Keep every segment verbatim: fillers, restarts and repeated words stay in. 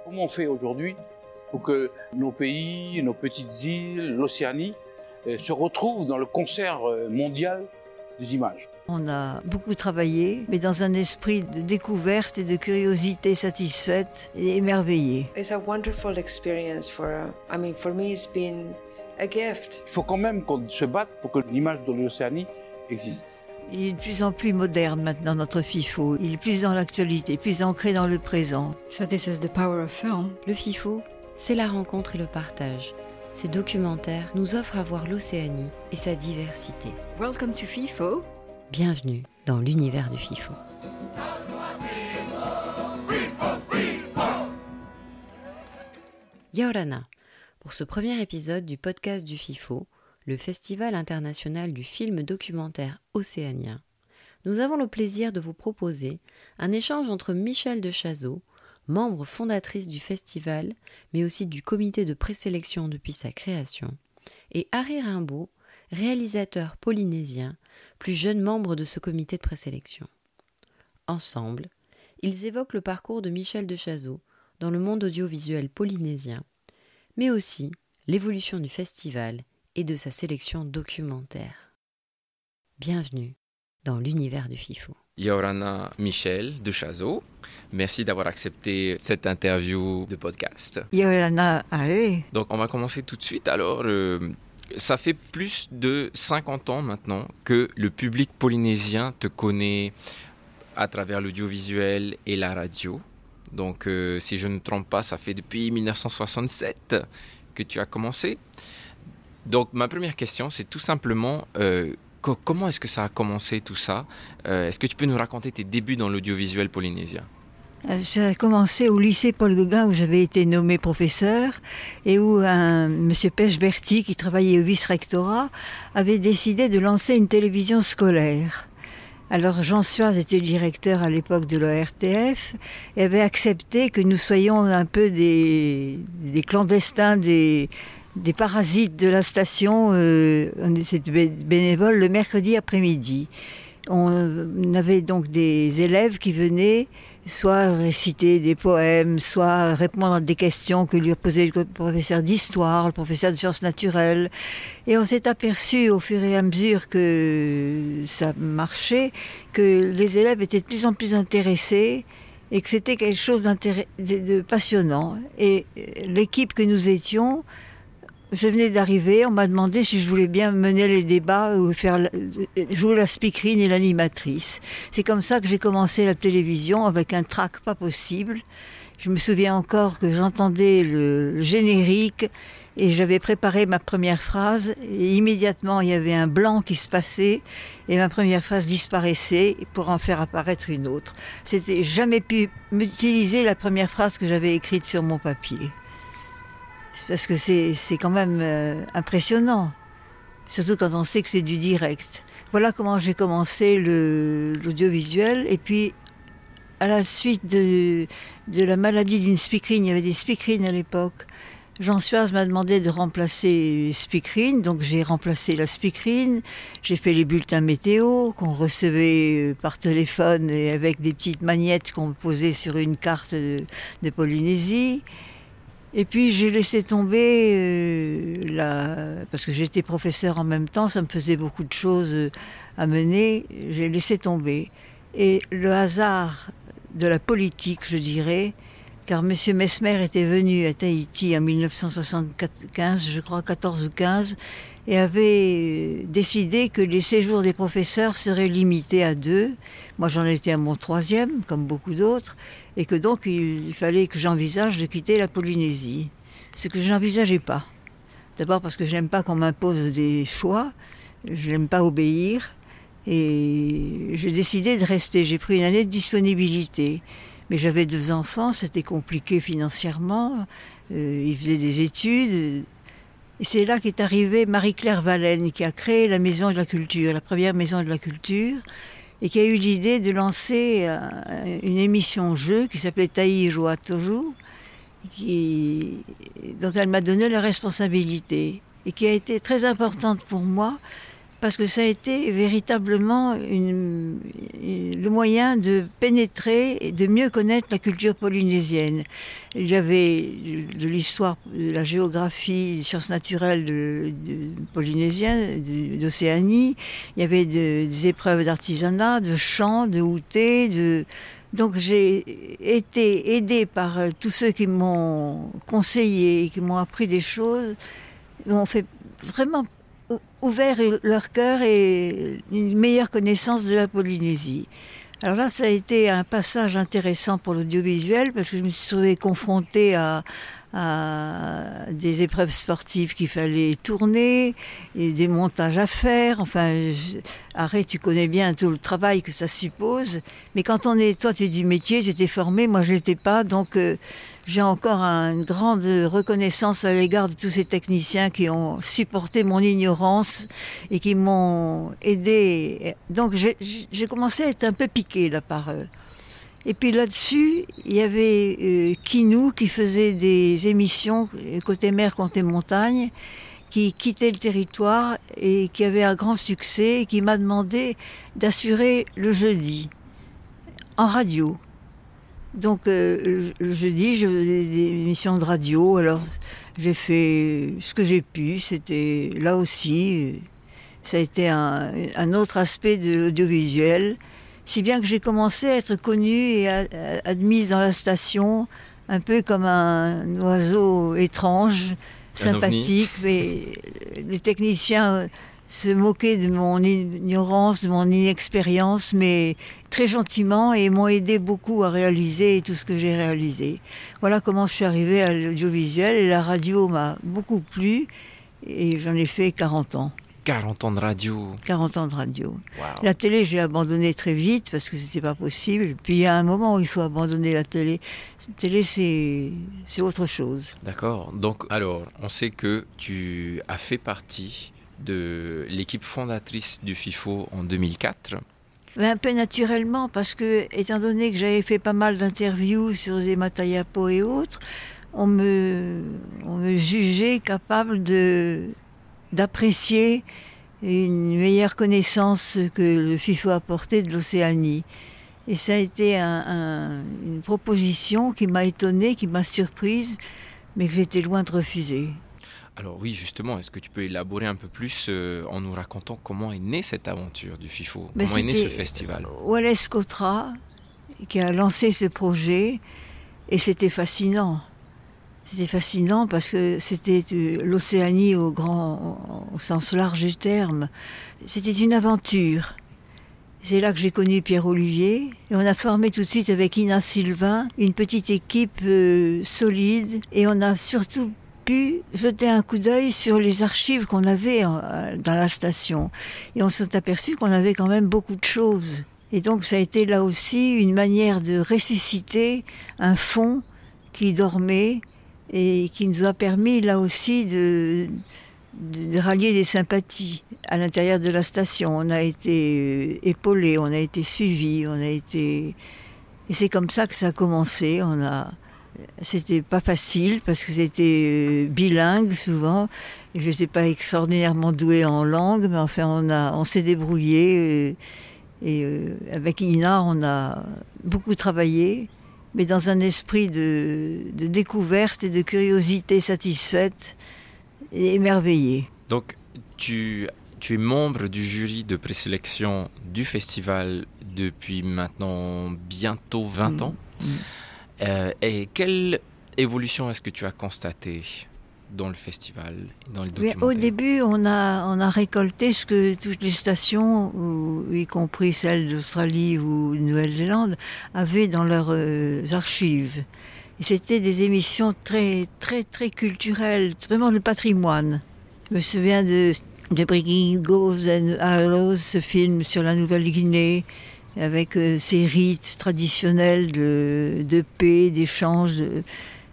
Comment on fait aujourd'hui pour que nos pays, nos petites îles, l'Océanie euh, se retrouvent dans le concert mondial des images? On a beaucoup travaillé, mais dans un esprit de découverte et de curiosité satisfaite et émerveillée. It's a wonderful experience for, I mean, for me it's been a gift. Il faut quand même qu'on se batte pour que l'image de l'Océanie existe. Il est de plus en plus moderne maintenant, notre FIFO. Il est plus dans l'actualité, plus ancré dans le présent. So this is the power of film. Le FIFO, c'est la rencontre et le partage. Ces documentaires nous offrent à voir l'Océanie et sa diversité. Welcome to FIFO. Bienvenue dans l'univers du FIFO. Yaorana, pour ce premier épisode du podcast du FIFO, le Festival international du film documentaire océanien, nous avons le plaisir de vous proposer un échange entre Michèle de Chazeau, membre fondatrice du festival, mais aussi du comité de présélection depuis sa création, et Harry Rimbaud, réalisateur polynésien, plus jeune membre de ce comité de présélection. Ensemble, ils évoquent le parcours de Michèle de Chazeau dans le monde audiovisuel polynésien, mais aussi l'évolution du festival et de sa sélection documentaire. Bienvenue dans l'univers du FIFO. Yaorana Michèle de Chazeau, merci d'avoir accepté cette interview de podcast. Yaorana, allez. Donc on va commencer tout de suite. Alors, euh, ça fait plus de cinquante ans maintenant que le public polynésien te connaît à travers l'audiovisuel et la radio. Donc euh, si je ne me trompe pas, ça fait depuis dix-neuf cent soixante-sept que tu as commencé. Donc, ma première question, c'est tout simplement, euh, co- comment est-ce que ça a commencé tout ça? euh, Est-ce que tu peux nous raconter tes débuts dans l'audiovisuel polynésien? Ça a commencé au lycée Paul Gauguin où j'avais été nommé professeur et où un monsieur Pechberti, qui travaillait au vice-rectorat, avait décidé de lancer une télévision scolaire. Alors Jean Suarez était le directeur à l'époque de l'O R T F et avait accepté que nous soyons un peu des, des clandestins, des... des parasites de la station, euh, on était bénévoles le mercredi après-midi. On avait donc des élèves qui venaient soit réciter des poèmes, soit répondre à des questions que lui posait le professeur d'histoire, le professeur de sciences naturelles. Et on s'est aperçu au fur et à mesure que ça marchait, que les élèves étaient de plus en plus intéressés et que c'était quelque chose de passionnant. Et l'équipe que nous étions, je venais d'arriver, on m'a demandé si je voulais bien mener les débats ou faire jouer la speakerine et l'animatrice. C'est comme ça que j'ai commencé la télévision avec un trac pas possible. Je me souviens encore que j'entendais le générique et j'avais préparé ma première phrase et immédiatement il y avait un blanc qui se passait et ma première phrase disparaissait pour en faire apparaître une autre. C'était jamais pu utiliser la première phrase que j'avais écrite sur mon papier. Parce que c'est, c'est quand même euh, impressionnant, surtout quand on sait que c'est du direct. Voilà comment j'ai commencé le, l'audiovisuel. Et puis, à la suite de, de la maladie d'une speakerine, il y avait des speakerines à l'époque, Jean Suarez m'a demandé de remplacer les speakerines, donc j'ai remplacé la speakerine, j'ai fait les bulletins météo qu'on recevait par téléphone et avec des petites magnettes qu'on posait sur une carte de, de Polynésie. Et puis j'ai laissé tomber, euh, la... parce que j'étais professeur en même temps, ça me faisait beaucoup de choses à mener, j'ai laissé tomber. Et le hasard de la politique, je dirais, car M. Messmer était venu à Tahiti en dix-neuf cent soixante-quinze, je crois, quatorze ou quinze, et avait décidé que les séjours des professeurs seraient limités à deux. Moi, j'en étais à mon troisième, comme beaucoup d'autres, et que donc il fallait que j'envisage de quitter la Polynésie. Ce que je n'envisageais pas. D'abord parce que je n'aime pas qu'on m'impose des choix, je n'aime pas obéir, et j'ai décidé de rester. J'ai pris une année de disponibilité. Mais j'avais deux enfants, c'était compliqué financièrement, euh, ils faisaient des études. Et c'est là qu'est arrivée Marie-Claire Valène, qui a créé la Maison de la Culture, la première Maison de la Culture, et qui a eu l'idée de lancer euh, une émission jeu qui s'appelait Taï Joa Toju, qui, dont elle m'a donné la responsabilité, et qui a été très importante pour moi, parce que ça a été véritablement une, une, le moyen de pénétrer et de mieux connaître la culture polynésienne. Il y avait de l'histoire, de la géographie, des sciences naturelles de, de polynésiennes, de, d'Océanie. Il y avait de, des épreuves d'artisanat, de chant, de outé, de... Donc j'ai été aidée par tous ceux qui m'ont conseillé, qui m'ont appris des choses, m'ont fait vraiment ouvert leur cœur et une meilleure connaissance de la Polynésie. Alors là, ça a été un passage intéressant pour l'audiovisuel parce que je me suis trouvée confrontée à, à des épreuves sportives qu'il fallait tourner, et des montages à faire. Enfin, je, arrête, tu connais bien tout le travail que ça suppose. Mais quand on est, toi, tu es du métier, tu t'es formé, moi, je l'étais pas, donc euh, j'ai encore une grande reconnaissance à l'égard de tous ces techniciens qui ont supporté mon ignorance et qui m'ont aidé. Donc j'ai, j'ai commencé à être un peu piquée là par eux. Et puis là-dessus, il y avait euh, Kinou qui faisait des émissions côté mer, côté montagne, qui quittait le territoire et qui avait un grand succès et qui m'a demandé d'assurer le jeudi en radio. Donc euh, le jeudi, je faisais des émissions de radio. Alors j'ai fait ce que j'ai pu. C'était là aussi, ça a été un, un autre aspect de l'audiovisuel. Si bien que j'ai commencé à être connue et à, à, admise dans la station, un peu comme un oiseau étrange, sympathique. Mais les techniciens se moquaient de mon ignorance, de mon inexpérience, mais très gentiment, et m'ont aidé beaucoup à réaliser tout ce que j'ai réalisé. Voilà comment je suis arrivée à l'audiovisuel, et la radio m'a beaucoup plu, et j'en ai fait quarante ans. quarante ans de radio. quarante ans de radio. Wow. La télé, j'ai abandonné très vite parce que c'était pas possible. Puis il y a un moment où il faut abandonner la télé. La télé, c'est, c'est autre chose. D'accord. Donc, alors, on sait que tu as fait partie de l'équipe fondatrice du FIFO en deux mille quatre. Mais un peu naturellement, parce que, étant donné que j'avais fait pas mal d'interviews sur des Matayapo et autres, on me, on me jugeait capable de, d'apprécier une meilleure connaissance que le FIFO apportait de l'Océanie. Et ça a été un, un, une proposition qui m'a étonnée, qui m'a surprise, mais que j'étais loin de refuser. Alors oui, justement, est-ce que tu peux élaborer un peu plus euh, en nous racontant comment est née cette aventure du FIFO ? Mais comment est né ce festival ? Wallace Cotra qui a lancé ce projet, et c'était fascinant. C'était fascinant parce que c'était l'Océanie au grand, au sens large du terme. C'était une aventure. C'est là que j'ai connu Pierre Olivier, et on a formé tout de suite avec Ina Sylvain une petite équipe euh, solide, et on a surtout pu jeter un coup d'œil sur les archives qu'on avait en, dans la station. Et on s'est aperçu qu'on avait quand même beaucoup de choses. Et donc ça a été là aussi une manière de ressusciter un fond qui dormait et qui nous a permis là aussi de, de, de rallier des sympathies à l'intérieur de la station. On a été épaulés, on a été suivis, on a été... Et c'est comme ça que ça a commencé. On a... C'était pas facile parce que c'était bilingue souvent, et je n'étais pas extraordinairement douée en langue, mais enfin on, a, on s'est débrouillé, et, et euh, avec Ina on a beaucoup travaillé, mais dans un esprit de, de découverte et de curiosité satisfaite et émerveillée. Donc tu, tu es membre du jury de présélection du festival depuis maintenant bientôt vingt ans. Mmh. Euh, et quelle évolution est-ce que tu as constatée dans le festival, dans le documentaire ? Au début, on a, on a récolté ce que toutes les stations, ou, y compris celles d'Australie ou de Nouvelle-Zélande, avaient dans leurs euh, archives. Et c'était des émissions très, très, très culturelles, vraiment le patrimoine. Je me souviens de, de Bringing Ghosts and Arrows, ce film sur la Nouvelle-Guinée, avec euh, ces rites traditionnels de, de paix, d'échange, de,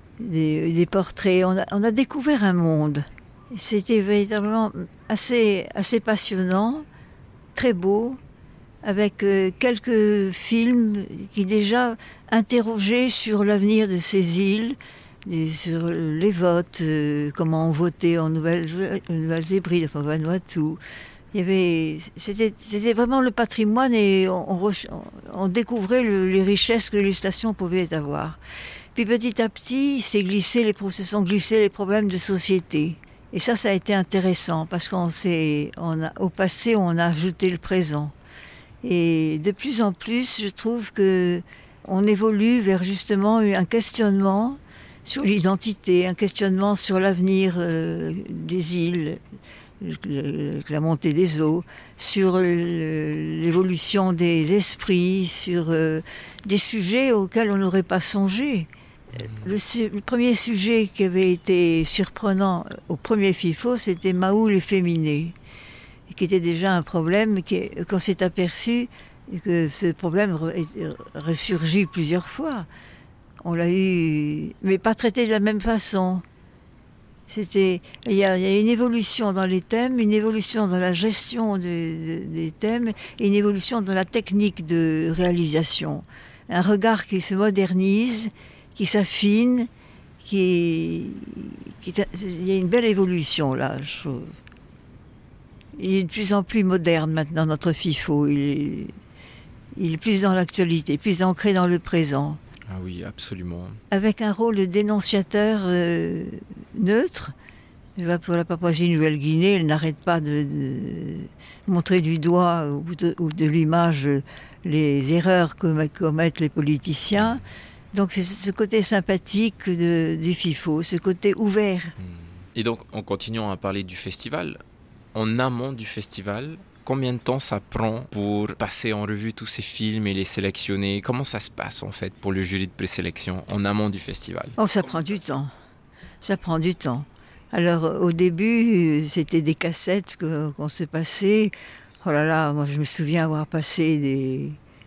des, des portraits. On a, on a découvert un monde. C'était véritablement assez, assez passionnant, très beau, avec euh, quelques films qui déjà interrogeaient sur l'avenir de ces îles, et sur les votes, euh, comment on votait en Nouvelle-Hébrides, enfin Vanuatu, Il y avait, c'était, c'était vraiment le patrimoine et on, on, on découvrait le, les richesses que les stations pouvaient avoir. Puis petit à petit, c'est glissé les, se sont glissés les problèmes de société. Et ça, ça a été intéressant parce qu'on s'est, on a, au passé, on a ajouté le présent. Et de plus en plus, je trouve que on évolue vers justement un questionnement sur l'identité, un questionnement sur l'avenir euh, des îles, le, la montée des eaux, sur le, l'évolution des esprits, sur euh, des sujets auxquels on n'aurait pas songé. Le, le premier sujet qui avait été surprenant au premier FIFO, c'était Mahoul efféminé, qui était déjà un problème qui, qu'on s'est aperçu que ce problème ressurgit plusieurs fois. On l'a eu, mais pas traité de la même façon. C'était, il y a, il y a une évolution dans les thèmes, une évolution dans la gestion de, de, des thèmes et une évolution dans la technique de réalisation. Un regard qui se modernise, qui s'affine, qui, qui, il y a une belle évolution là, je trouve. Il est de plus en plus moderne maintenant, notre FIFO. Il est, il est plus dans l'actualité, plus ancré dans le présent. Ah oui, absolument. Avec un rôle de dénonciateur euh, neutre. Pour la Papouasie-Nouvelle-Guinée, elle n'arrête pas de, de montrer du doigt ou de, ou de l'image les erreurs que commettent les politiciens. Donc c'est ce côté sympathique de, du FIFO, ce côté ouvert. Et donc, en continuant à parler du festival, en amont du festival, combien de temps ça prend pour passer en revue tous ces films et les sélectionner? Comment ça se passe en fait pour le jury de présélection en amont du festival? Oh, ça prend du temps. Ça prend du temps. Alors au début, c'était des cassettes que, qu'on se passait. Oh là là, moi je me souviens avoir passé des,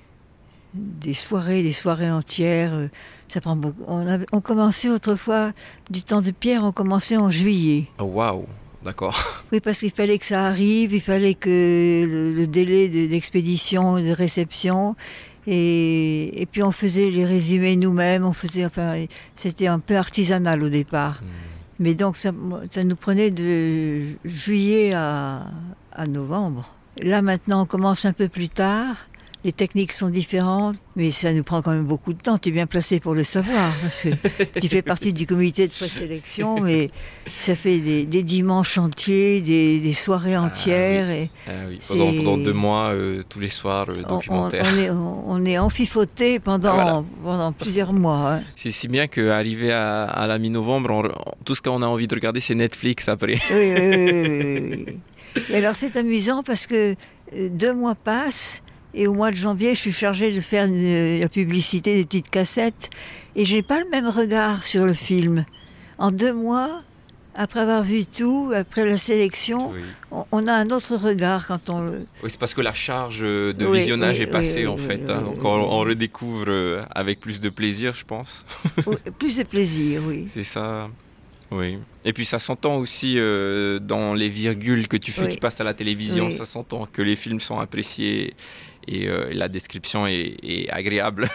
des soirées, des soirées entières. Ça prend beaucoup. On, avait, on commençait autrefois, du temps de Pierre, on commençait en juillet. Oh waouh! D'accord. Oui, parce qu'il fallait que ça arrive, il fallait que le, le délai de, d'expédition, de réception, et, et puis on faisait les résumés nous-mêmes, on faisait, enfin, c'était un peu artisanal au départ. Mmh. Mais donc ça, ça nous prenait de juillet à, à novembre. Là maintenant, on commence un peu plus tard. Les techniques sont différentes, mais ça nous prend quand même beaucoup de temps. Tu es bien placé pour le savoir, parce que tu fais partie du comité de présélection, mais ça fait des, des dimanches entiers, des, des soirées entières. Ah, oui. Et ah, oui. Pendant, pendant deux mois, euh, tous les soirs, euh, documentaire. On, on, est, on, on est enfifoté pendant, ah, voilà. pendant plusieurs mois. Hein. C'est si bien qu'arrivé à, à la mi-novembre, on, tout ce qu'on a envie de regarder, c'est Netflix après. Oui, oui, oui. oui, oui. Et alors c'est amusant parce que deux mois passent. Et au mois de janvier, je suis chargée de faire une, la publicité des petites cassettes. Et j'ai pas le même regard sur le film. En deux mois, après avoir vu tout, après la sélection, oui. on, on a un autre regard quand on le... Oui, c'est parce que la charge de oui, visionnage oui, est passée, oui, en oui, fait. Oui, hein. oui, Donc on, oui. on redécouvre avec plus de plaisir, je pense. Plus de plaisir, oui. C'est ça. Oui. Et puis ça s'entend aussi euh, dans les virgules que tu fais, oui. qui passent à la télévision. Oui. Ça s'entend que les films sont appréciés. Et euh, la description est, est agréable.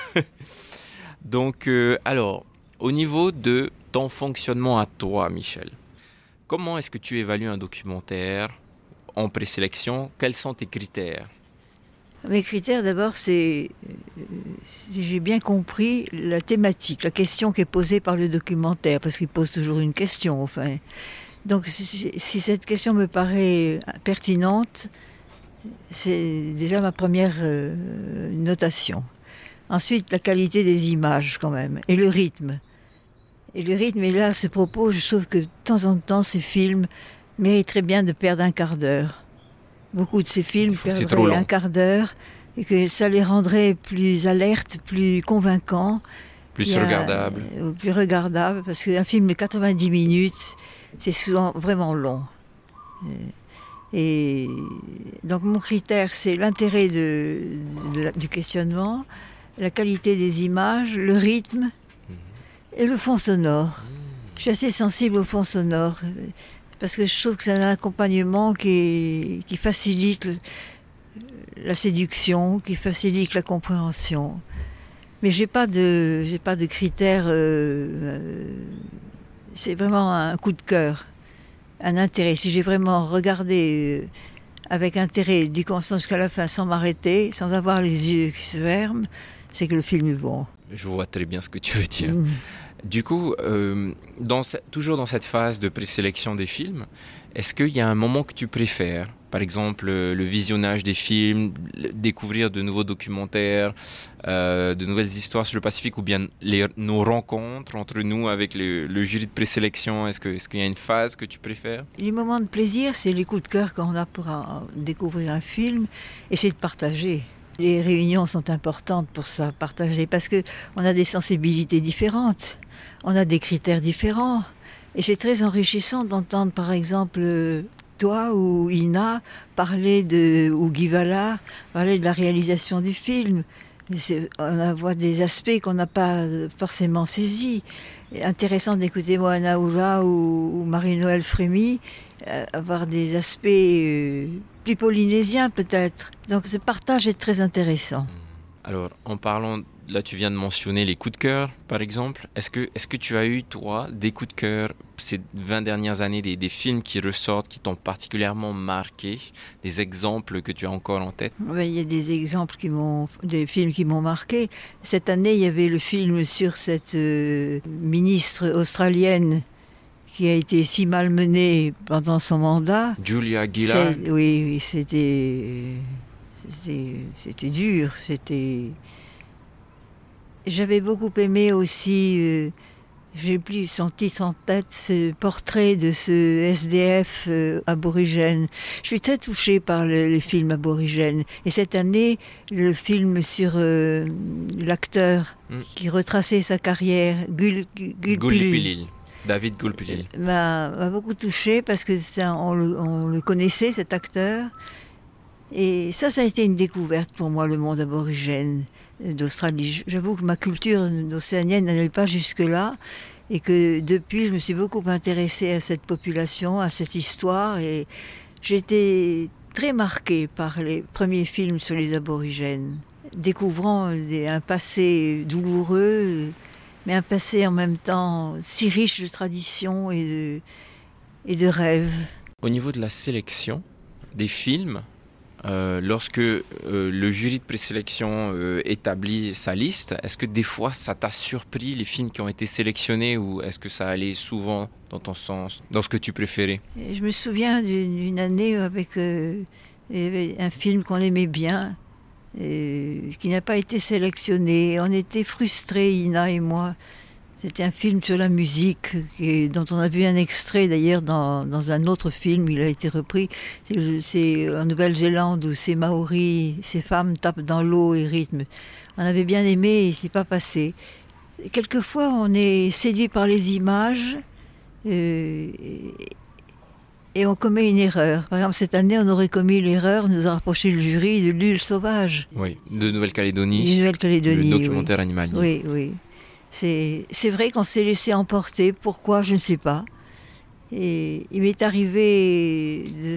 Donc, euh, alors, au niveau de ton fonctionnement à toi, Michel, comment est-ce que tu évalues un documentaire en présélection? Quels sont tes critères? Mes critères, d'abord, c'est, si j'ai bien compris, la thématique, la question qui est posée par le documentaire, parce qu'il pose toujours une question, enfin. Donc, si, si cette question me paraît pertinente, c'est déjà ma première euh, notation. Ensuite, la qualité des images, quand même, et le rythme. Et le rythme, et là, à ce propos, je trouve que de temps en temps, ces films mériteraient bien de perdre un quart d'heure. Beaucoup de ces films perdraient un quart d'heure, et que ça les rendrait plus alertes, plus convaincants. Plus regardables. Euh, plus regardables, parce qu'un film de quatre-vingt-dix minutes, c'est souvent vraiment long. Et, Et donc mon critère, c'est l'intérêt de, de la, du questionnement, la qualité des images, le rythme et le fond sonore. Je suis assez sensible au fond sonore parce que je trouve que c'est un accompagnement qui, qui facilite le, la séduction, qui facilite la compréhension. Mais j'ai pas de, j'ai pas de critères. Euh, euh, c'est vraiment un coup de cœur. Un intérêt. Si j'ai vraiment regardé avec intérêt, du commencement jusqu'à la fin, sans m'arrêter, sans avoir les yeux qui se ferment, c'est que le film est bon. Je vois très bien ce que tu veux dire. Mmh. Du coup, euh, dans, toujours dans cette phase de présélection des films, est-ce qu'il y a un moment que tu préfères ? Par exemple, le visionnage des films, découvrir de nouveaux documentaires, euh, de nouvelles histoires sur le Pacifique, ou bien les, nos rencontres entre nous avec le, le jury de présélection. Est-ce que, est-ce qu'il y a une phase que tu préfères ? Les moments de plaisir, c'est les coups de cœur qu'on a pour découvrir un film, et c'est de partager. Les réunions sont importantes pour ça, partager, parce qu'on a des sensibilités différentes, on a des critères différents. Et c'est très enrichissant d'entendre, par exemple, toi ou Ina parler de, ou Guy Vallard, parler de la réalisation du film. C'est, on voit des aspects qu'on n'a pas forcément saisis. Et intéressant d'écouter Moana Oula ou, ou Marie-Noël Frémy, euh, avoir des aspects euh, plus polynésiens peut-être. Donc ce partage est très intéressant. Alors, en parlant, là tu viens de mentionner les coups de cœur, par exemple. Est-ce que, est-ce que tu as eu, toi, des coups de cœur ces vingt dernières années, des, des films qui ressortent, qui t'ont particulièrement marqué, des exemples que tu as encore en tête ? Oui, il y a des exemples, qui m'ont, des films qui m'ont marqué. Cette année, il y avait le film sur cette euh, ministre australienne qui a été si malmenée pendant son mandat. Julia Gillard. C'est, oui, oui, c'était... C'était, c'était dur, c'était... J'avais beaucoup aimé aussi, euh, j'ai plus son titre en tête, ce portrait de ce S D F euh, aborigène. Je suis très touchée par le, les films aborigènes. Et cette année, le film sur euh, l'acteur mm. qui retraçait sa carrière, Gul, Gul, Gulpilil. David Gulpilil. M'a, m'a beaucoup touchée parce que ça, on, le, on le connaissait, cet acteur. Et ça, ça a été une découverte pour moi, le monde aborigène d'Australie. J'avoue que ma culture océanienne n'allait pas jusque-là et que depuis, je me suis beaucoup intéressée à cette population, à cette histoire, et j'étais très marquée par les premiers films sur les aborigènes, découvrant des, un passé douloureux, mais un passé en même temps si riche de traditions et de, et de rêves. Au niveau de la sélection des films, Euh, lorsque euh, le jury de présélection euh, établit sa liste, est-ce que des fois ça t'a surpris les films qui ont été sélectionnés, ou est-ce que ça allait souvent dans ton sens, dans ce que tu préférais ? Je me souviens d'une, d'une année avec euh, un film qu'on aimait bien, euh, qui n'a pas été sélectionné. On était frustrés, Ina et moi. C'était un film sur la musique, qui, dont on a vu un extrait d'ailleurs dans, dans un autre film, il a été repris. C'est, c'est en Nouvelle-Zélande où ces Maoris, ces femmes tapent dans l'eau et rythment. On avait bien aimé et c'est pas passé. Quelquefois on est séduit par les images euh, et, et on commet une erreur. Par exemple, cette année on aurait commis l'erreur de nous rapprocher le jury de L'île sauvage. Oui, de Nouvelle-Calédonie. De Nouvelle-Calédonie, le documentaire oui. animalier. Oui, oui. C'est, c'est vrai qu'on s'est laissé emporter. Pourquoi ? Je ne sais pas. Et il m'est arrivé de,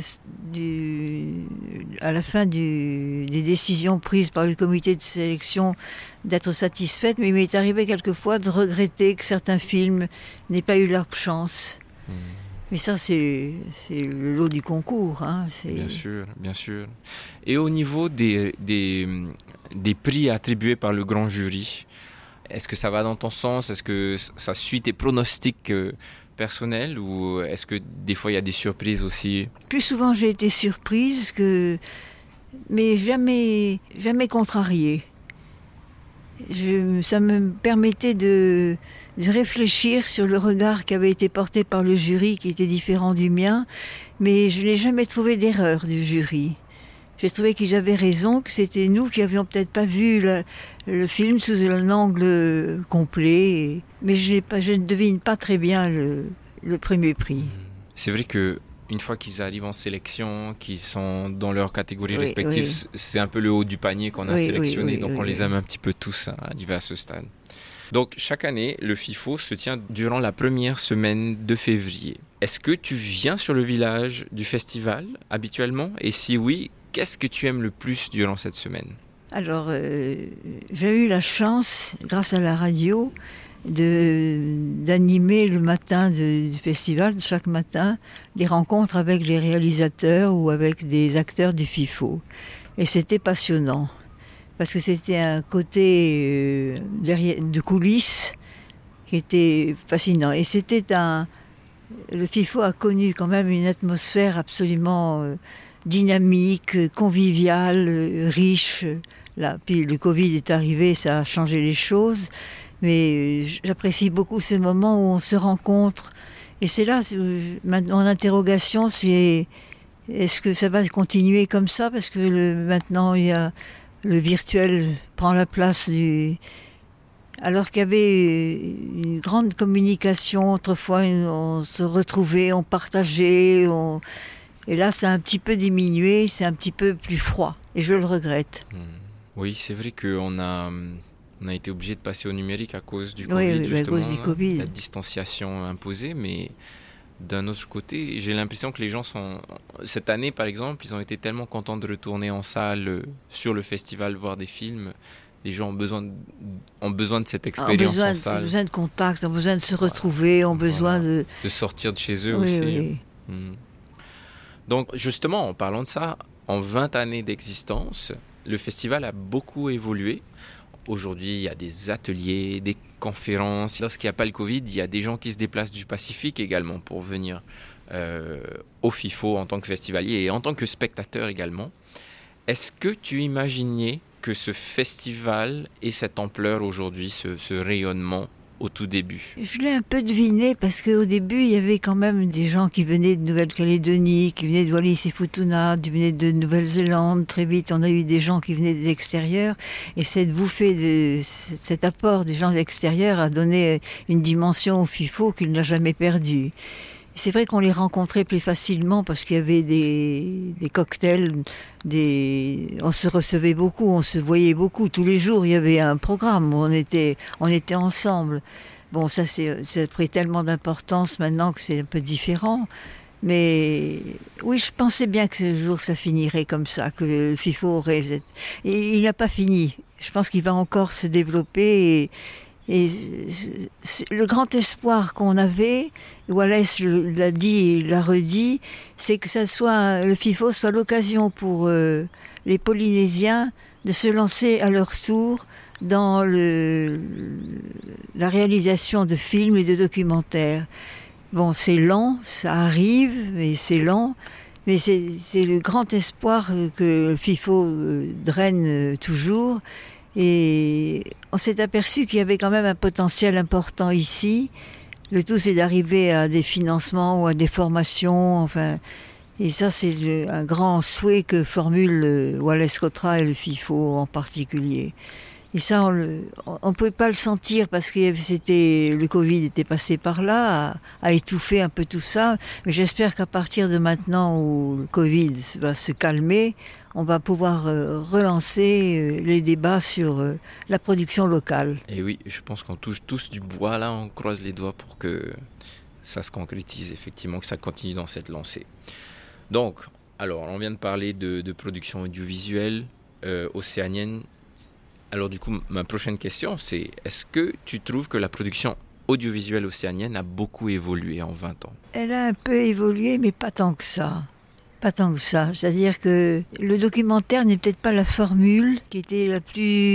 du, à la fin du, des décisions prises par le comité de sélection d'être satisfaite, mais il m'est arrivé quelquefois de regretter que certains films n'aient pas eu leur chance. Mmh. Mais ça, c'est, c'est le lot du concours. Hein. C'est... Bien sûr, bien sûr. Et au niveau des, des, des prix attribués par le grand jury, est-ce que ça va dans ton sens ? Est-ce que ça suit tes pronostics euh, personnels, ou est-ce que des fois il y a des surprises aussi ? Plus souvent j'ai été surprise, que... mais jamais, jamais contrariée. Je, ça me permettait de, de réfléchir sur le regard qui avait été porté par le jury, qui était différent du mien, mais je n'ai jamais trouvé d'erreur du jury. J'ai trouvé qu'ils avaient raison, que c'était nous qui avions peut-être pas vu le, le film sous un angle complet, et, mais je, pas, je ne devine pas très bien le, le premier prix. C'est vrai que une fois qu'ils arrivent en sélection, qu'ils sont dans leurs catégories oui, respectives, oui. c'est un peu le haut du panier qu'on a oui, sélectionné, oui, oui, donc oui, on oui. les aime un petit peu tous hein, arrivés à ce stade. Donc chaque année, le FIFO se tient durant la première semaine de février. Est-ce que tu viens sur le village du festival habituellement ? Et si oui, qu'est-ce que tu aimes le plus durant cette semaine ? Alors, euh, j'ai eu la chance, grâce à la radio, de, d'animer le matin de, du festival, chaque matin, les rencontres avec les réalisateurs ou avec des acteurs du FIFO. Et c'était passionnant, parce que c'était un côté euh, derrière, de coulisses qui était fascinant. Et c'était un... Le FIFO a connu quand même une atmosphère absolument euh, dynamique, conviviale, euh, riche. Là, puis le Covid est arrivé, ça a changé les choses. Mais j'apprécie beaucoup ce moment où on se rencontre. Et c'est là, mon interrogation, c'est est-ce que ça va continuer comme ça? Parce que le, maintenant, il y a, le virtuel prend la place du... Alors qu'il y avait une grande communication, autrefois, on se retrouvait, on partageait. On... Et là, ça a un petit peu diminué, c'est un petit peu plus froid. Et je le regrette. Oui, c'est vrai qu'on a... On a été obligé de passer au numérique à cause du oui, Covid, oui, justement, à cause du COVID. La distanciation imposée, mais d'un autre côté, j'ai l'impression que les gens sont... Cette année, par exemple, ils ont été tellement contents de retourner en salle, sur le festival, voir des films. Les gens ont besoin de, ont besoin de cette expérience besoin, en salle. Ont besoin de contact, ont besoin de se retrouver, ont voilà. besoin de... De sortir de chez eux oui, aussi. Oui. Mmh. Donc, justement, en parlant de ça, en vingt années d'existence, le festival a beaucoup évolué. Aujourd'hui, il y a des ateliers, des conférences. Lorsqu'il n'y a pas le Covid, il y a des gens qui se déplacent du Pacifique également pour venir euh, au FIFO en tant que festivalier et en tant que spectateur également. Est-ce que tu imaginais que ce festival ait cette ampleur aujourd'hui, ce, ce rayonnement au tout début? Je l'ai un peu deviné parce qu'au début, il y avait quand même des gens qui venaient de Nouvelle-Calédonie, qui venaient de Wallis-et-Futuna, qui venaient de Nouvelle-Zélande. Très vite, on a eu des gens qui venaient de l'extérieur. Et cette bouffée, de, cet apport des gens de l'extérieur a donné une dimension au FIFO qu'il n'a jamais perdue. C'est vrai qu'on les rencontrait plus facilement parce qu'il y avait des, des cocktails, des... on se recevait beaucoup, on se voyait beaucoup. Tous les jours, il y avait un programme où on était, on était ensemble. Bon, ça, c'est, ça a pris tellement d'importance maintenant que c'est un peu différent. Mais oui, je pensais bien que ce jour, ça finirait comme ça, que le FIFO aurait... Et il n'a pas fini. Je pense qu'il va encore se développer et... Et le grand espoir qu'on avait, Wallace l'a dit et l'a redit, c'est que ça soit, le FIFO soit l'occasion pour euh, les Polynésiens de se lancer à leur tour dans le, la réalisation de films et de documentaires. Bon, c'est lent, ça arrive, mais c'est lent. Mais c'est, c'est le grand espoir que le FIFO euh, draine euh, toujours. Et on s'est aperçu qu'il y avait quand même un potentiel important ici. Le tout, c'est d'arriver à des financements ou à des formations. Enfin, et ça, c'est le, un grand souhait que formule Wallace Cotra et le FIFO en particulier. Et ça, on ne pouvait pas le sentir parce que c'était, le Covid était passé par là, a, a étouffé un peu tout ça. Mais j'espère qu'à partir de maintenant où le Covid va se calmer, on va pouvoir euh, relancer euh, les débats sur euh, la production locale. Et oui, je pense qu'on touche tous du bois là, on croise les doigts pour que ça se concrétise effectivement, que ça continue dans cette lancée. Donc, alors, on vient de parler de, de production audiovisuelle euh, océanienne. Alors du coup, ma prochaine question, c'est est-ce que tu trouves que la production audiovisuelle océanienne a beaucoup évolué en vingt ans? Elle a un peu évolué, mais pas tant que ça. Pas tant que ça. C'est-à-dire que le documentaire n'est peut-être pas la formule qui était la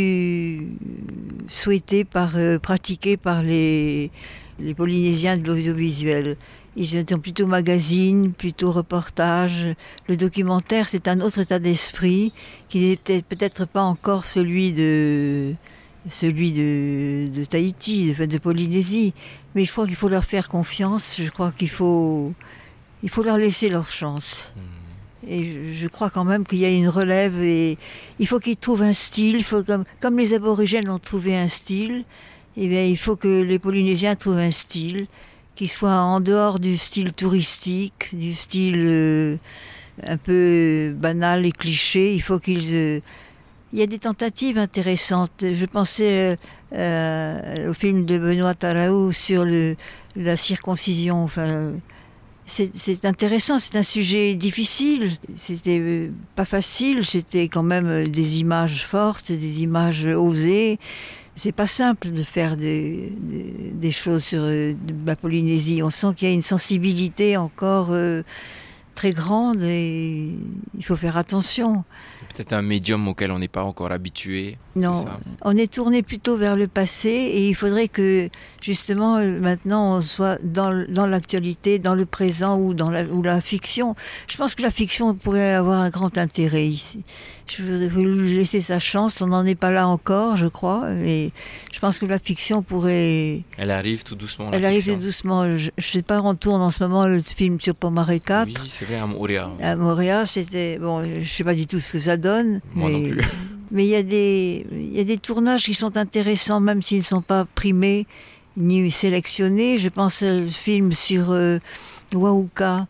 plus souhaitée, par, euh, pratiquée par les, les Polynésiens de l'audiovisuel. Ils étaient plutôt magazine, plutôt reportage. Le documentaire, c'est un autre état d'esprit qui n'est peut-être, peut-être pas encore celui de, celui de, de Tahiti, de, de Polynésie. Mais je crois qu'il faut leur faire confiance. Je crois qu'il faut, il faut leur laisser leur chance. Et je, je crois quand même qu'il y a une relève et il faut qu'ils trouvent un style. Il faut, comme, comme les aborigènes ont trouvé un style, eh bien, il faut que les Polynésiens trouvent un style qui soit en dehors du style touristique, du style euh, un peu banal et cliché. Il faut qu'ils... Euh, il y a des tentatives intéressantes. Je pensais euh, euh, au film de Benoît Taraou sur le, la circoncision. Enfin, c'est, c'est intéressant, c'est un sujet difficile. C'était euh, pas facile, c'était quand même des images fortes, des images osées. c'est pas simple de faire des, des, des choses sur euh, la Polynésie. On sent qu'il y a une sensibilité encore euh, très grande et il faut faire attention. Peut-être un médium auquel on n'est pas encore habitué. Non, c'est ça. On est tourné plutôt vers le passé et il faudrait que justement maintenant on soit dans, dans l'actualité, dans le présent ou dans la, ou la fiction. Je pense que la fiction pourrait avoir un grand intérêt ici. Je voudrais lui laisser sa chance, on n'en est pas là encore, je crois, mais je pense que la fiction pourrait... Elle arrive tout doucement. La Elle arrive fiction. tout doucement. Je, je sais pas, on tourne en ce moment le film sur Pomaré quatre. Oui, c'est vrai, à Montréal. À Montréal, c'était... Bon, je sais pas du tout ce que ça donne. Moi mais... non plus. Mais il y a des, il y a des tournages qui sont intéressants, même s'ils ne sont pas primés ni sélectionnés. Je pense au film sur euh, Wauka,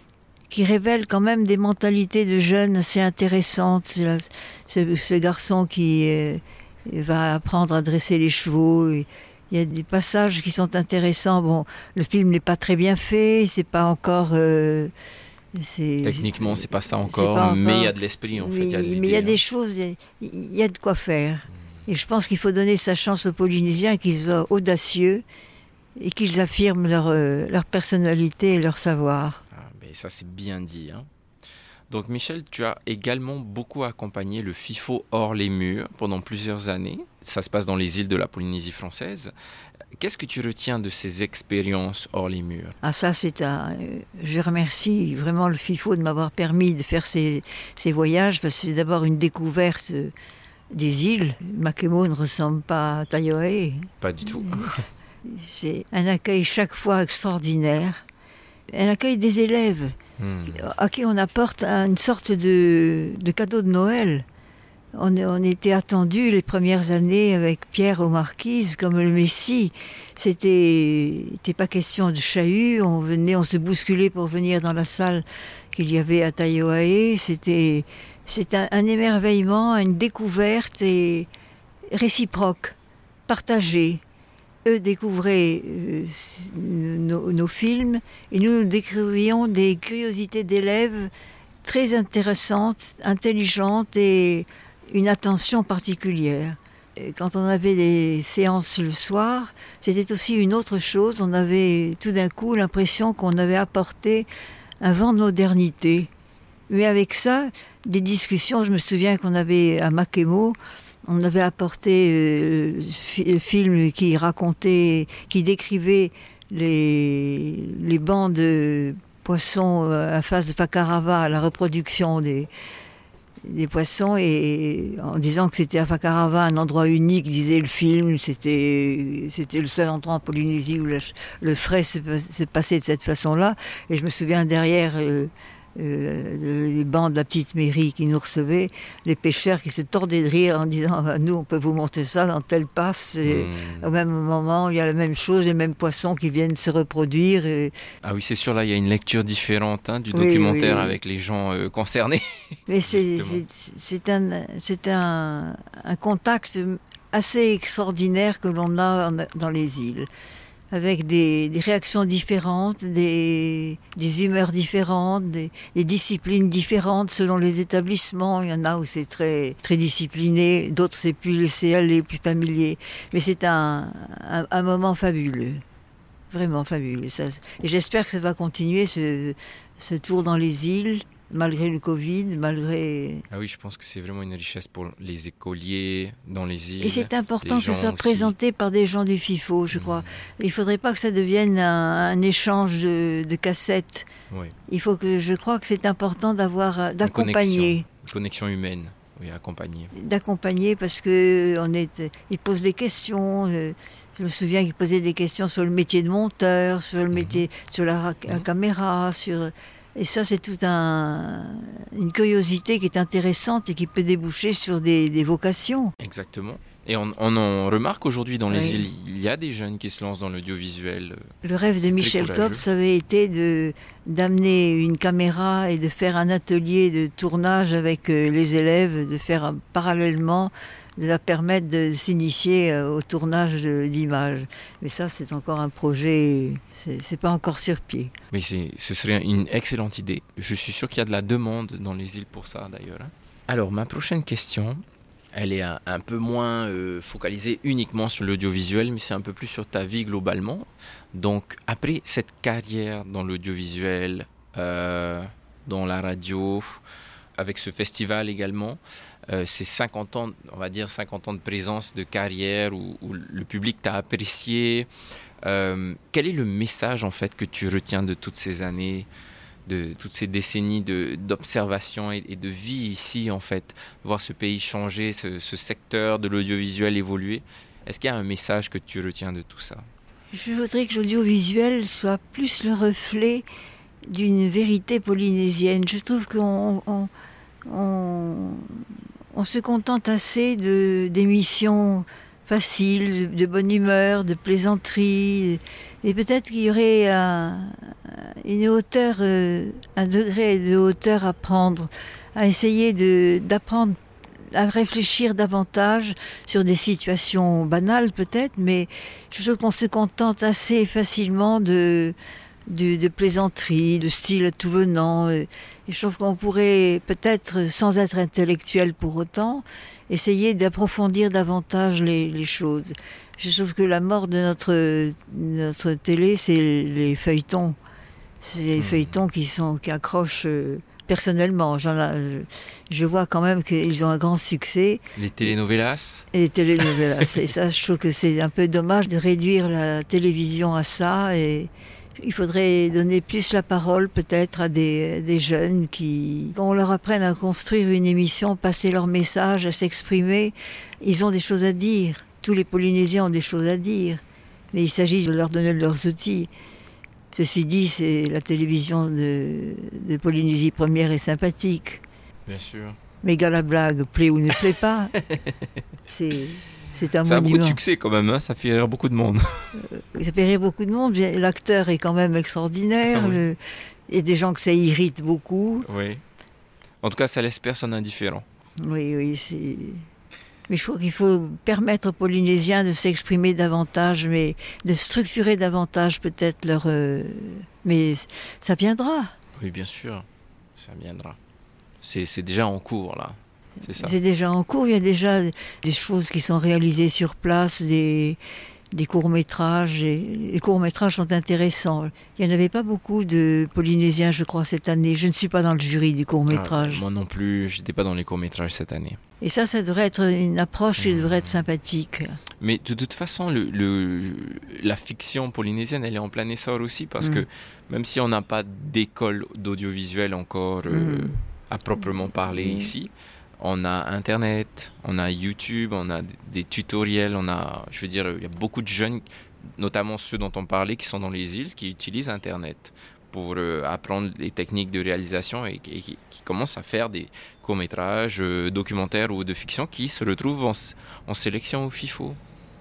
qui révèle quand même des mentalités de jeunes assez intéressantes. C'est la, ce, ce garçon qui euh, va apprendre à dresser les chevaux. Et il y a des passages qui sont intéressants. Bon, le film n'est pas très bien fait, c'est pas encore... Euh, C'est, Techniquement, c'est pas ça c'est encore, pas encore, mais il y a de l'esprit en oui, fait. Il y a de mais il y a l'idée, des hein. choses, il y, il y a de quoi faire. Et je pense qu'il faut donner sa chance aux Polynésiens, qu'ils soient audacieux et qu'ils affirment leur, euh, leur personnalité et leur savoir. Ah, mais ça, c'est bien dit. Hein. Donc, Michel, tu as également beaucoup accompagné le FIFO hors les murs pendant plusieurs années. Ça se passe dans les îles de la Polynésie française. Qu'est-ce que tu retiens de ces expériences hors les murs ? Ah ça, c'est un... euh, je remercie vraiment le FIFO de m'avoir permis de faire ces, ces voyages, parce que c'est d'abord une découverte euh, des îles. Makemo ne ressemble pas à Taiohae. Pas du tout. C'est un accueil chaque fois extraordinaire. Un accueil des élèves Hmm. à qui on apporte une sorte de, de cadeau de Noël. On, on était attendus les premières années avec Pierre aux Marquises comme le Messie. C'était, c'était pas question de chahut. On venait, on se bousculait pour venir dans la salle qu'il y avait à Taiohae. C'était, c'était un, un émerveillement, une découverte et réciproque, partagée. Eux découvraient euh, nos, nos films et nous, nous découvrions des curiosités d'élèves très intéressantes, intelligentes et une attention particulière. Et quand on avait des séances le soir, c'était aussi une autre chose. On avait tout d'un coup l'impression qu'on avait apporté un vent de modernité. Mais avec ça, des discussions, je me souviens qu'on avait à Makemo, on avait apporté euh, fi- film qui racontait, qui décrivait les, les bancs de poissons à face de Fakarava, la reproduction des, des poissons, et en disant que c'était à Fakarava un endroit unique, disait le film, c'était, c'était le seul endroit en Polynésie où le, le frais se, se passait de cette façon-là. Et je me souviens derrière... Euh, Euh, les bancs de la petite mairie qui nous recevaient, les pêcheurs qui se tordaient de rire en disant ah, nous on peut vous monter ça dans telle passe et Hmm. au même moment il y a la même chose, les mêmes poissons qui viennent se reproduire et... Ah oui, c'est sûr, là, il y a une lecture différente hein, du Oui, documentaire oui, oui. avec les gens euh, concernés. mais c'est, Exactement. c'est, c'est, un, c'est un, un contact assez extraordinaire que l'on a en- dans les îles, avec des, des réactions différentes, des, des humeurs différentes, des, des disciplines différentes selon les établissements. Il y en a où c'est très, très discipliné, d'autres c'est plus laissé aller, plus familier. Mais c'est un, un, un moment fabuleux, vraiment fabuleux. Ça, et j'espère que ça va continuer ce, ce tour dans les îles, malgré le Covid, malgré... Ah oui, je pense que c'est vraiment une richesse pour les écoliers dans les îles. Et c'est important les que ce gens soit aussi. présenté par des gens du FIFO, je crois. Il ne faudrait pas que ça devienne un, un échange de, de cassettes. Oui. Il faut que, je crois que c'est important d'avoir, euh, Une d'accompagner. connexion, une connexion humaine, oui, accompagnée. D'accompagner parce que on est, ils posent des questions. euh, Je me souviens qu'ils posaient des questions sur le métier de monteur, sur le métier, sur la, ra- la caméra, sur... Et ça, c'est toute un, une curiosité qui est intéressante et qui peut déboucher sur des, des vocations. Exactement. Et on, on en remarque aujourd'hui dans les Oui. îles, il y a des jeunes qui se lancent dans l'audiovisuel. Le rêve C'est de très Michel courageux. Copps avait été de, d'amener une caméra et de faire un atelier de tournage avec euh, les élèves, de faire euh, parallèlement, de leur permettre de s'initier euh, au tournage de- d'images. Mais ça, c'est encore un projet, c'est, c'est pas encore sur pied. Mais c'est, ce serait une excellente idée. Je suis sûr qu'il y a de la demande dans les îles pour ça d'ailleurs. hein. Alors, ma prochaine question, Elle est un, un peu moins euh, focalisée uniquement sur l'audiovisuel, mais c'est un peu plus sur ta vie globalement. Donc, après cette carrière dans l'audiovisuel, euh, dans la radio, avec ce festival également, euh, c'est cinquante ans, on va dire cinquante ans de présence, de carrière, où, où le public t'a apprécié. Euh, quel est le message en fait que tu retiens de toutes ces années, de toutes ces décennies de, d'observation et, et de vie ici, en fait, voir ce pays changer, ce, ce secteur de l'audiovisuel évoluer? Est-ce qu'il y a un message que tu retiens de tout ça? Je voudrais que l'audiovisuel soit plus le reflet d'une vérité polynésienne. Je trouve qu'on on, on, on se contente assez de, d'émissions faciles, de, de bonne humeur, de plaisanteries, et peut-être qu'il y aurait un, une hauteur, un degré de hauteur à prendre, à essayer de, d'apprendre à réfléchir davantage sur des situations banales peut-être, mais je trouve qu'on se contente assez facilement de, de, de plaisanteries, de style tout venant. Et je trouve qu'on pourrait peut-être, sans être intellectuel pour autant, essayer d'approfondir davantage les, les choses. Je trouve que la mort de notre, notre télé, c'est les feuilletons. C'est les mmh. feuilletons qui, sont, qui accrochent... Personnellement, j'en ai, je vois quand même qu'ils ont un grand succès. Les telenovelas. Et les telenovelas. Et ça, je trouve que c'est un peu dommage de réduire la télévision à ça. Et il faudrait donner plus la parole peut-être à des, des jeunes qui... Qu'on leur apprenne à construire une émission, passer leur message, à s'exprimer. Ils ont des choses à dire. Tous les Polynésiens ont des choses à dire. Mais il s'agit de leur donner leurs outils. Ceci dit, c'est la télévision de, de Polynésie première est sympathique. Bien sûr. Mais gars, la blague, plaît ou ne plaît pas, c'est, c'est un ça monument. Ça a beaucoup de succès quand même, hein, ça fait rire beaucoup de monde. Ça fait rire beaucoup de monde. L'acteur est quand même extraordinaire. Ah oui. le, il y a des gens que ça irrite beaucoup. Oui. En tout cas, ça laisse personne indifférent. Oui, oui, c'est... Mais je crois qu'il faut permettre aux Polynésiens de s'exprimer davantage, mais de structurer davantage peut-être leur... Euh... Mais ça viendra. Oui, bien sûr, ça viendra. C'est, c'est déjà en cours, là. C'est ça. C'est déjà en cours. Il y a déjà des choses qui sont réalisées sur place, des, des courts-métrages. Et les courts-métrages sont intéressants. Il n'y en avait pas beaucoup de Polynésiens, je crois, cette année. Je ne suis pas dans le jury du court-métrage. Ah, moi non plus, je n'étais pas dans les courts-métrages cette année. Et ça, ça devrait être une approche qui devrait être sympathique. Mais de toute façon, le, le, la fiction polynésienne, elle est en plein essor aussi, parce mmh. que même si on n'a pas d'école d'audiovisuel encore euh, mmh. à proprement parler mmh. ici, on a Internet, on a YouTube, on a des tutoriels, on a, je veux dire, il y a beaucoup de jeunes, notamment ceux dont on parlait, qui sont dans les îles, qui utilisent Internet pour euh, apprendre les techniques de réalisation et, et qui, qui commencent à faire des courts-métrages, euh, documentaires ou de fiction qui se retrouvent en, en sélection au FIFO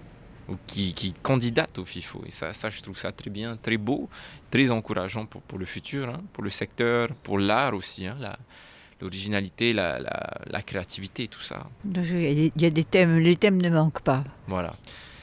ou qui, qui candidatent au FIFO. Et ça, ça, je trouve ça très bien, très beau, très encourageant pour, pour le futur, hein, pour le secteur, pour l'art aussi, hein, la, l'originalité, la, la, la créativité, tout ça. Il y a des thèmes, les thèmes ne manquent pas. Voilà.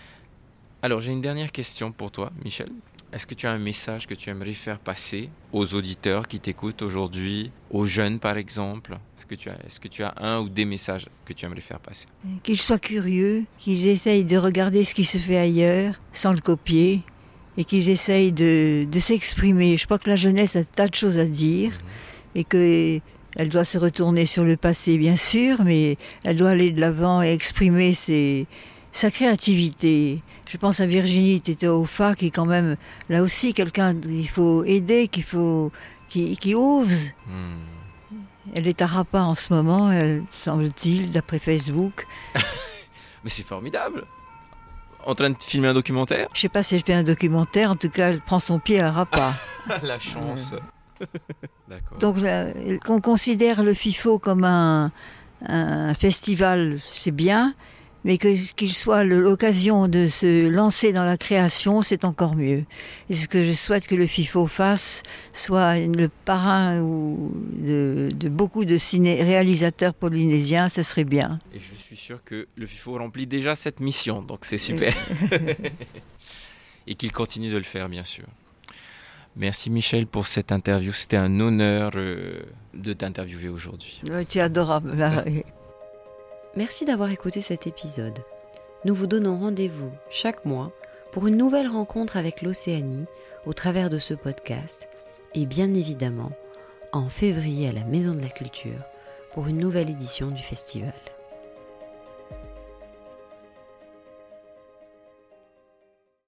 Alors, j'ai une dernière question pour toi, Michel. Est-ce que tu as un message que tu aimerais faire passer aux auditeurs qui t'écoutent aujourd'hui, aux jeunes par exemple? Est-ce que tu as, est-ce que tu as un ou des messages que tu aimerais faire passer? Qu'ils soient curieux, qu'ils essayent de regarder ce qui se fait ailleurs sans le copier et qu'ils essayent de, de s'exprimer. Je crois que la jeunesse a tas de choses à dire mmh. et qu'elle doit se retourner sur le passé bien sûr, mais elle doit aller de l'avant et exprimer ses... sa créativité. Je pense à Virginie Tete-Ofa qui est quand même là aussi quelqu'un qu'il faut aider, qu'il faut, qui, qui ose. Mm. Elle est à Rapa en ce moment, elle, semble-t-il, d'après Facebook. Mais c'est formidable. En train de filmer un documentaire? Je ne sais pas si elle fait un documentaire, en tout cas elle prend son pied à Rapa. La chance. Ouais. D'accord. Donc là, qu'on considère le FIFO comme un, un festival, c'est bien. Mais que, qu'il soit l'occasion de se lancer dans la création, c'est encore mieux. Et ce que je souhaite que le FIFO fasse soit le parrain ou de, de beaucoup de ciné- réalisateurs polynésiens, ce serait bien. Et je suis sûr que le FIFO remplit déjà cette mission, donc c'est super. Et qu'il continue de le faire, bien sûr. Merci Michel pour cette interview. C'était un honneur euh, de t'interviewer aujourd'hui. Tu es adorable. Merci d'avoir écouté cet épisode. Nous vous donnons rendez-vous chaque mois pour une nouvelle rencontre avec l'Océanie au travers de ce podcast et bien évidemment en février à la Maison de la Culture pour une nouvelle édition du festival.